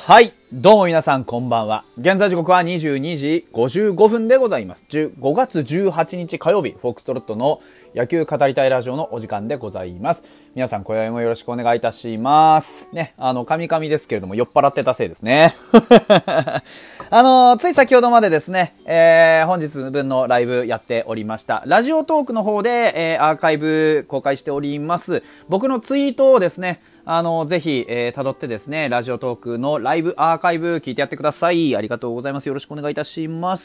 はい。どうも皆さんこんばんは。現在時刻は22時55分でございます。5月18日火曜日、フォックストロットの野球語りたいラジオのお時間でございます。皆さん今宵もよろしくお願いいたします。ね、カミカミですけれども酔っ払ってたせいですね。つい先ほどまでですね、本日分のライブやっておりました。ラジオトークの方で、アーカイブ公開しております。僕のツイートをですね、ぜひ、辿ってですね、ラジオトークのライブアーカイブ聞いてやってください。ありがとうございます。よろしくお願いいたします。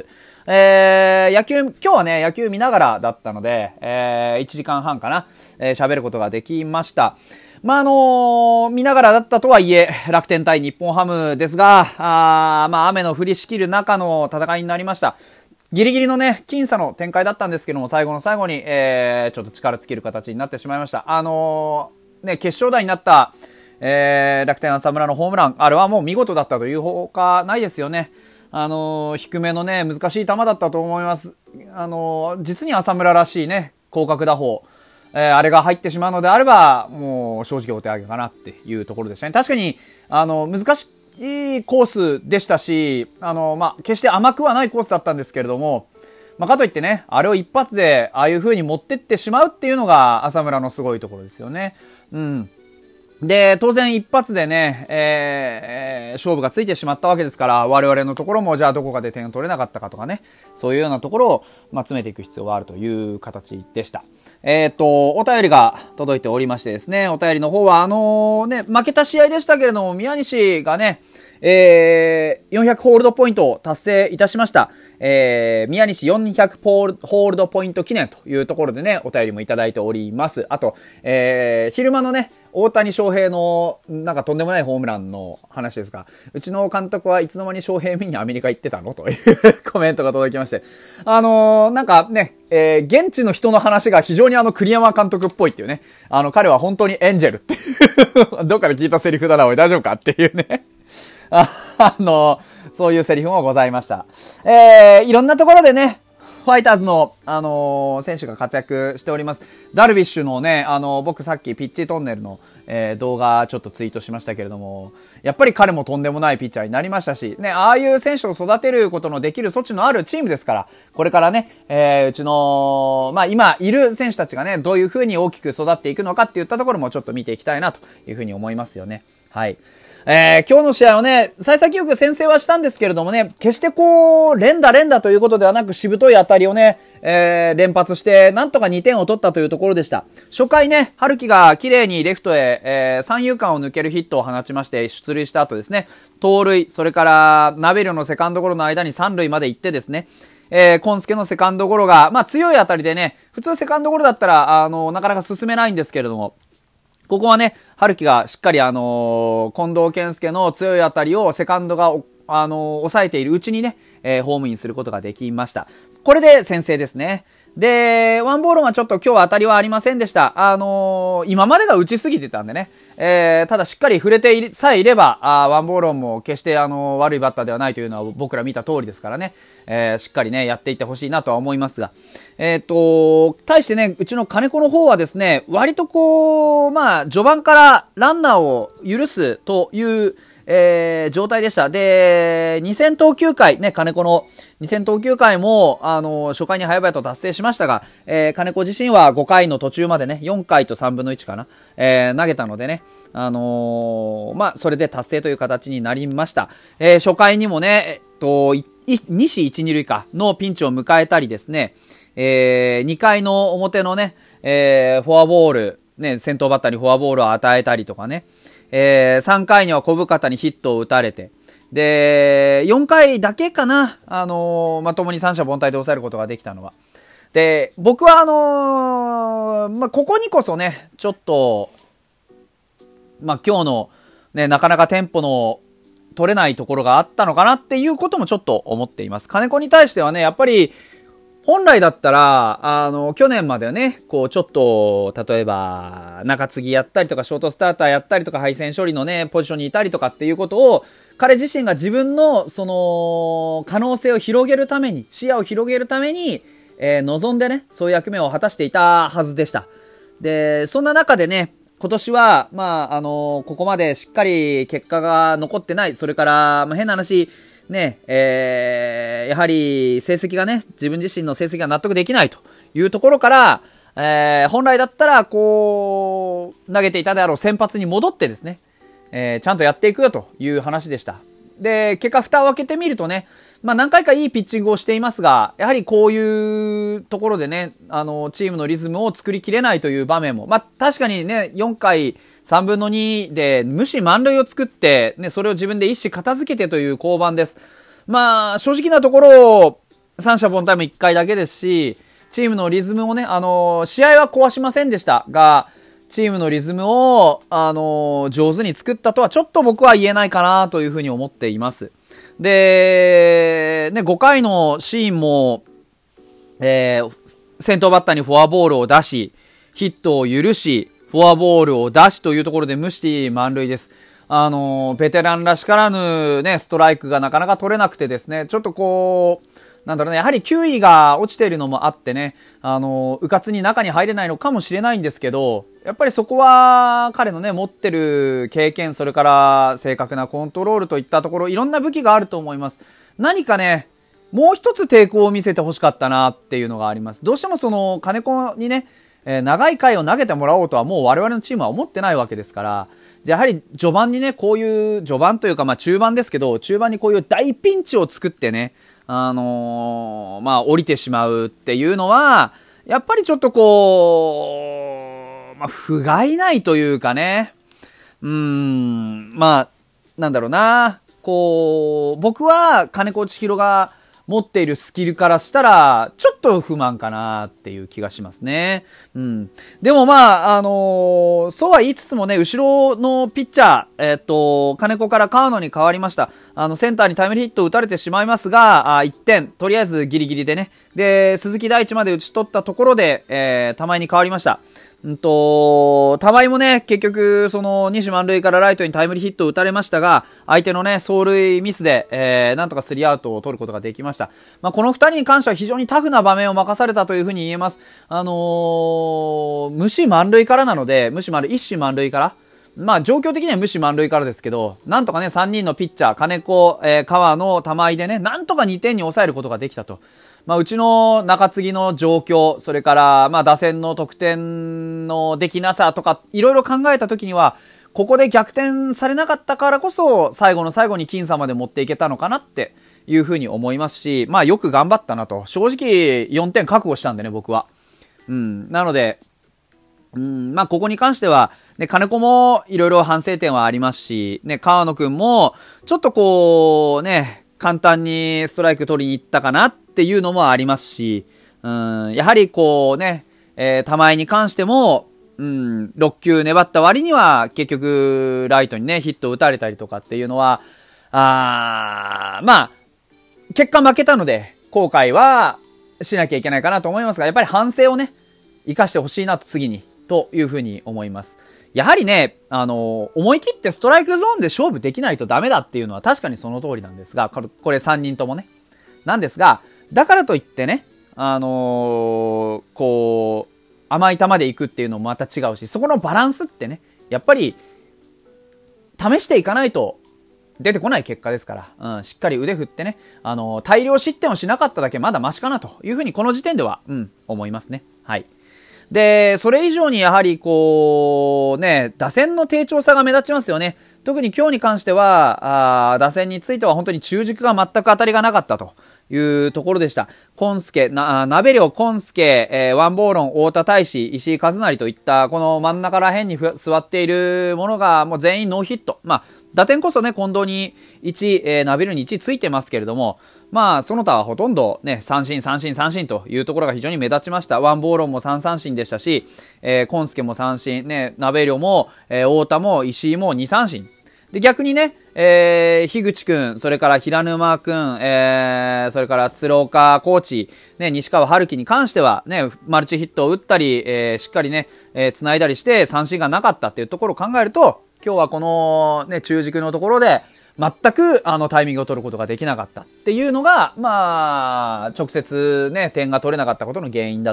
今日はね、野球見ながらだったので、1時間半かな、喋ることができました。見ながらだったとはいえ、楽天対日本ハムですが、雨の降りしきる中の戦いになりました。ギリギリのね、僅差の展開だったんですけども、最後の最後に、ちょっと力尽きる形になってしまいました。決勝打になった、楽天浅村のホームラン、あれはもう見事だったというほかないですよね。低めのね、難しい球だったと思います。実に浅村らしいね、広角打法。あれが入ってしまうのであれば、もう正直お手上げかなっていうところでしたね。確かに、難しいコースでしたし、決して甘くはないコースだったんですけれども、かといってね、あれを一発でああいう風に持ってってしまうっていうのが浅村のすごいところですよね。うん。で、当然一発でね、勝負がついてしまったわけですから、我々のところもじゃあどこかで点を取れなかったかとかね、そういうようなところを、詰めていく必要があるという形でした。お便りが届いておりましてですね、お便りの方は負けた試合でしたけれども、宮西がね、400ホールドポイントを達成いたしました。宮西400ホールドポイント記念というところでね、お便りもいただいております。あと、昼間のね、大谷翔平のなんかとんでもないホームランの話ですが、うちの監督はいつの間に翔平見にアメリカ行ってたのというコメントが届きまして、なんかね、現地の人の話が非常に栗山監督っぽいっていうね、彼は本当にエンジェルっていうどっかで聞いたセリフだな、おい大丈夫かっていうねそういうセリフもございました。いろんなところでね、ファイターズの、選手が活躍しております。ダルビッシュのね、僕さっきピッチトンネルの、動画ちょっとツイートしましたけれども、やっぱり彼もとんでもないピッチャーになりましたし、ね、ああいう選手を育てることのできる措置のあるチームですから、これからね、うちの、今いる選手たちがね、どういう風に大きく育っていくのかっていったところもちょっと見ていきたいなという風に思いますよね。はい。今日の試合はね、幸先よく先制はしたんですけれどもね、決して連打ということではなく、しぶとい当たりをね、連発して、なんとか2点を取ったというところでした。初回ね、春樹が綺麗にレフトへ、三遊間を抜けるヒットを放ちまして、出塁した後ですね、盗塁、それから、ナベルのセカンドゴロの間に三塁まで行ってですね、コンスケのセカンドゴロが、強い当たりでね、普通セカンドゴロだったら、なかなか進めないんですけれども、ここはね、春樹がしっかり近藤健介の強い当たりをセカンドが抑えているうちにね、ホームインすることができました。これで先制ですね。で、ワンボールはちょっと今日当たりはありませんでした。今までが打ちすぎてたんでね。ただしっかり触れてさえいれば、ワンボールも決して悪いバッターではないというのは僕ら見た通りですからね。しっかりね、やっていってほしいなとは思いますが。対してね、うちの金子の方はですね、割と序盤からランナーを許すという、状態でした。で、2000投球回、ね、金子の2000投球回も、初回に早々と達成しましたが、金子自身は5回の途中までね、4回と3分の1かな、投げたのでね、それで達成という形になりました。初回にもね、2死1、2塁かのピンチを迎えたりですね、2回の表のね、フォアボール、ね、先頭バッターにフォアボールを与えたりとかね、3回には小深田にヒットを打たれて、で、4回だけかな、まともに三者凡退で抑えることができたのは。で、僕はここにこそね、ちょっと、今日のね、なかなかテンポの取れないところがあったのかなっていうこともちょっと思っています。金子に対してはね、やっぱり、本来だったら、去年まではね、ちょっと、例えば、中継ぎやったりとか、ショートスターターやったりとか、配線処理のね、ポジションにいたりとかっていうことを、彼自身が自分の、可能性を広げるために、視野を広げるために、望んでね、そういう役目を果たしていたはずでした。で、そんな中でね、 今年は、ここまでしっかり結果が残ってない。それから、変な話、ね、やはり成績がね、自分自身の成績が納得できないというところから、本来だったら、投げていたであろう先発に戻ってですね、ちゃんとやっていくよという話でした。で、結果蓋を開けてみるとね、何回かいいピッチングをしていますが、やはりこういうところでね、チームのリズムを作りきれないという場面も、確かにね、4回3分の2で無失満塁を作って、ね、それを自分で一矢片付けてという降板です。正直なところ、三者凡退も1回だけですし、チームのリズムをね、試合は壊しませんでしたが、チームのリズムを、上手に作ったとはちょっと僕は言えないかなというふうに思っています。で、ね、5回のシーンも、先頭バッターにフォアボールを出し、ヒットを許し、フォアボールを出しというところで無失満塁です。ベテランらしからぬね、ストライクがなかなか取れなくてですね、ちょっとやはり球威が落ちているのもあってね、うかつに中に入れないのかもしれないんですけど、やっぱりそこは彼のね、持ってる経験、それから正確なコントロールといったところ、いろんな武器があると思います。何かね、もう一つ抵抗を見せてほしかったなっていうのがあります。どうしても金子にね、長い回を投げてもらおうとはもう我々のチームは思ってないわけですから、やはり序盤にね、こういう序盤というか中盤ですけど、中盤にこういう大ピンチを作ってね、降りてしまうっていうのは、やっぱりちょっと不甲斐ないというかね、なんだろうな、僕は金子千尋が持っているスキルからしたら、ちょっと不満かなっていう気がしますね。でもそうは言いつつもね、後ろのピッチャー、金子から川野に変わりました。センターにタイムリーヒットを打たれてしまいますが、1点、とりあえずギリギリでね。で、鈴木大地まで打ち取ったところで、玉井に変わりました。玉井もね、結局、西満塁からライトにタイムリーヒットを打たれましたが、相手のね、走塁ミスで、なんとかスリーアウトを取ることができました。この二人に関しては非常にタフな場面を任されたというふうに言えます。無視満塁からなので、一死満塁から、状況的には無視満塁からですけど、なんとかね、3人のピッチャー、金子、川野、玉井でね、なんとか2点に抑えることができたと。うちの中継ぎの状況、それから、打線の得点のできなさとか、いろいろ考えたときには、ここで逆転されなかったからこそ、最後の最後に僅差まで持っていけたのかなっていうふうに思いますし、よく頑張ったなと。正直、4点覚悟したんでね、僕は。なので、ここに関しては、ね、金子もいろいろ反省点はありますし、ね、川野くんも、ちょっと簡単にストライク取りに行ったかなっていうのもありますし、やはり玉井に関しても、6球粘った割には結局ライトにねヒットを打たれたりとかっていうのは結果負けたので後悔はしなきゃいけないかなと思いますが、やっぱり反省をね生かしてほしいなと次にというふうに思います。やはりね、思い切ってストライクゾーンで勝負できないとダメだっていうのは確かにその通りなんですが、これ3人ともね。なんですが、だからといってね、甘い球で行くっていうのもまた違うし、そこのバランスってね、やっぱり、試していかないと出てこない結果ですから、しっかり腕振ってね、大量失点をしなかっただけまだマシかなというふうにこの時点では、思いますね。はい。で、それ以上にやはり打線の低調さが目立ちますよね。特に今日に関しては、打線については本当に中軸が全く当たりがなかったというところでした。鍋寮、コンスケ、ワンボーロン、太田大志、石井和成といったこの真ん中ら辺に座っているものがもう全員ノーヒット。打点こそね、近藤に1、鍋寮に1ついてますけれども、その他はほとんどね、三振というところが非常に目立ちました。ワンボーロンも3三振でしたし、コンスケも三振、ね、鍋寮も、太田も石井も2三振。で、逆にね、樋口くん、それから平沼くん、それから鶴岡コーチ、ね、西川春樹に関してはね、マルチヒットを打ったり、しっかりね、繋いだりして三振がなかったっていうところを考えると、今日はこのね、中軸のところで、全くタイミングを取ることができなかったっていうのが、直接ね、点が取れなかったことの原因だと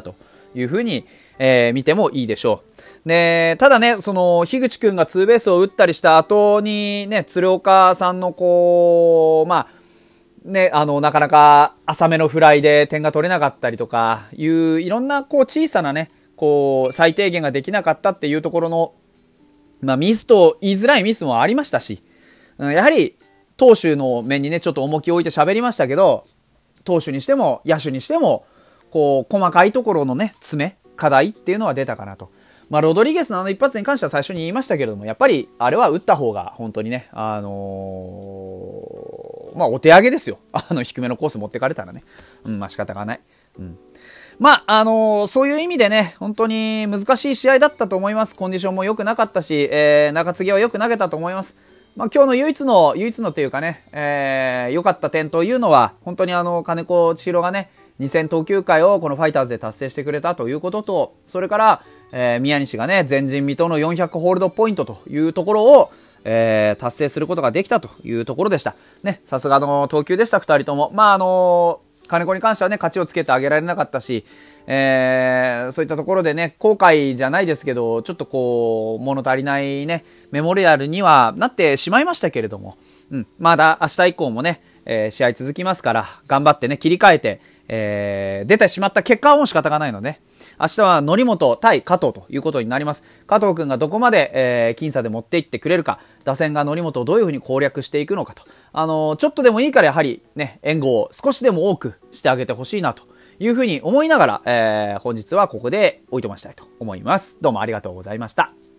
いうふうに、見てもいいでしょう。で、ただね、その、樋口くんがツーベースを打ったりした後にね、鶴岡さんのこう、まあ、ね、なかなか浅めのフライで点が取れなかったりとか、いろんなこう小さなね、こう、最低限ができなかったっていうところの、まあ、ミスと言いづらいミスもありましたし、やはり、投手の面にね、ちょっと重きを置いて喋りましたけど、投手にしても、野手にしても、こう、細かいところのね、課題っていうのは出たかなと。まあ、ロドリゲスの一発に関しては最初に言いましたけれども、やっぱり、あれは打った方が、本当にね、まあ、お手上げですよ。低めのコース持ってかれたらね。まあ、仕方がない。まあ、そういう意味でね、本当に難しい試合だったと思います。コンディションも良くなかったし、中継ぎはよく投げたと思います。まあ、今日の唯一のっていうかね、良かった点というのは、本当に金子千尋がね、2000投球回をこのファイターズで達成してくれたということと、それから、宮西がね、前人未到の400ホールドポイントというところを、達成することができたというところでした。ね、さすがの投球でした、二人とも。まあ、金子に関してはね、勝ちをつけてあげられなかったし、そういったところでね、後悔じゃないですけど、ちょっとこう、物足りないね、メモリアルにはなってしまいましたけれども、まだ明日以降もね、試合続きますから、頑張ってね、切り替えて、出てしまった結果はもう仕方がないので、明日は則本対加藤ということになります。加藤くんがどこまで、僅差で持っていってくれるか、打線が則本をどういうふうに攻略していくのかと。ちょっとでもいいからやはりね、援護を少しでも多くしてあげてほしいなというふうに思いながら、本日はここでおいとましたいと思います。どうもありがとうございました。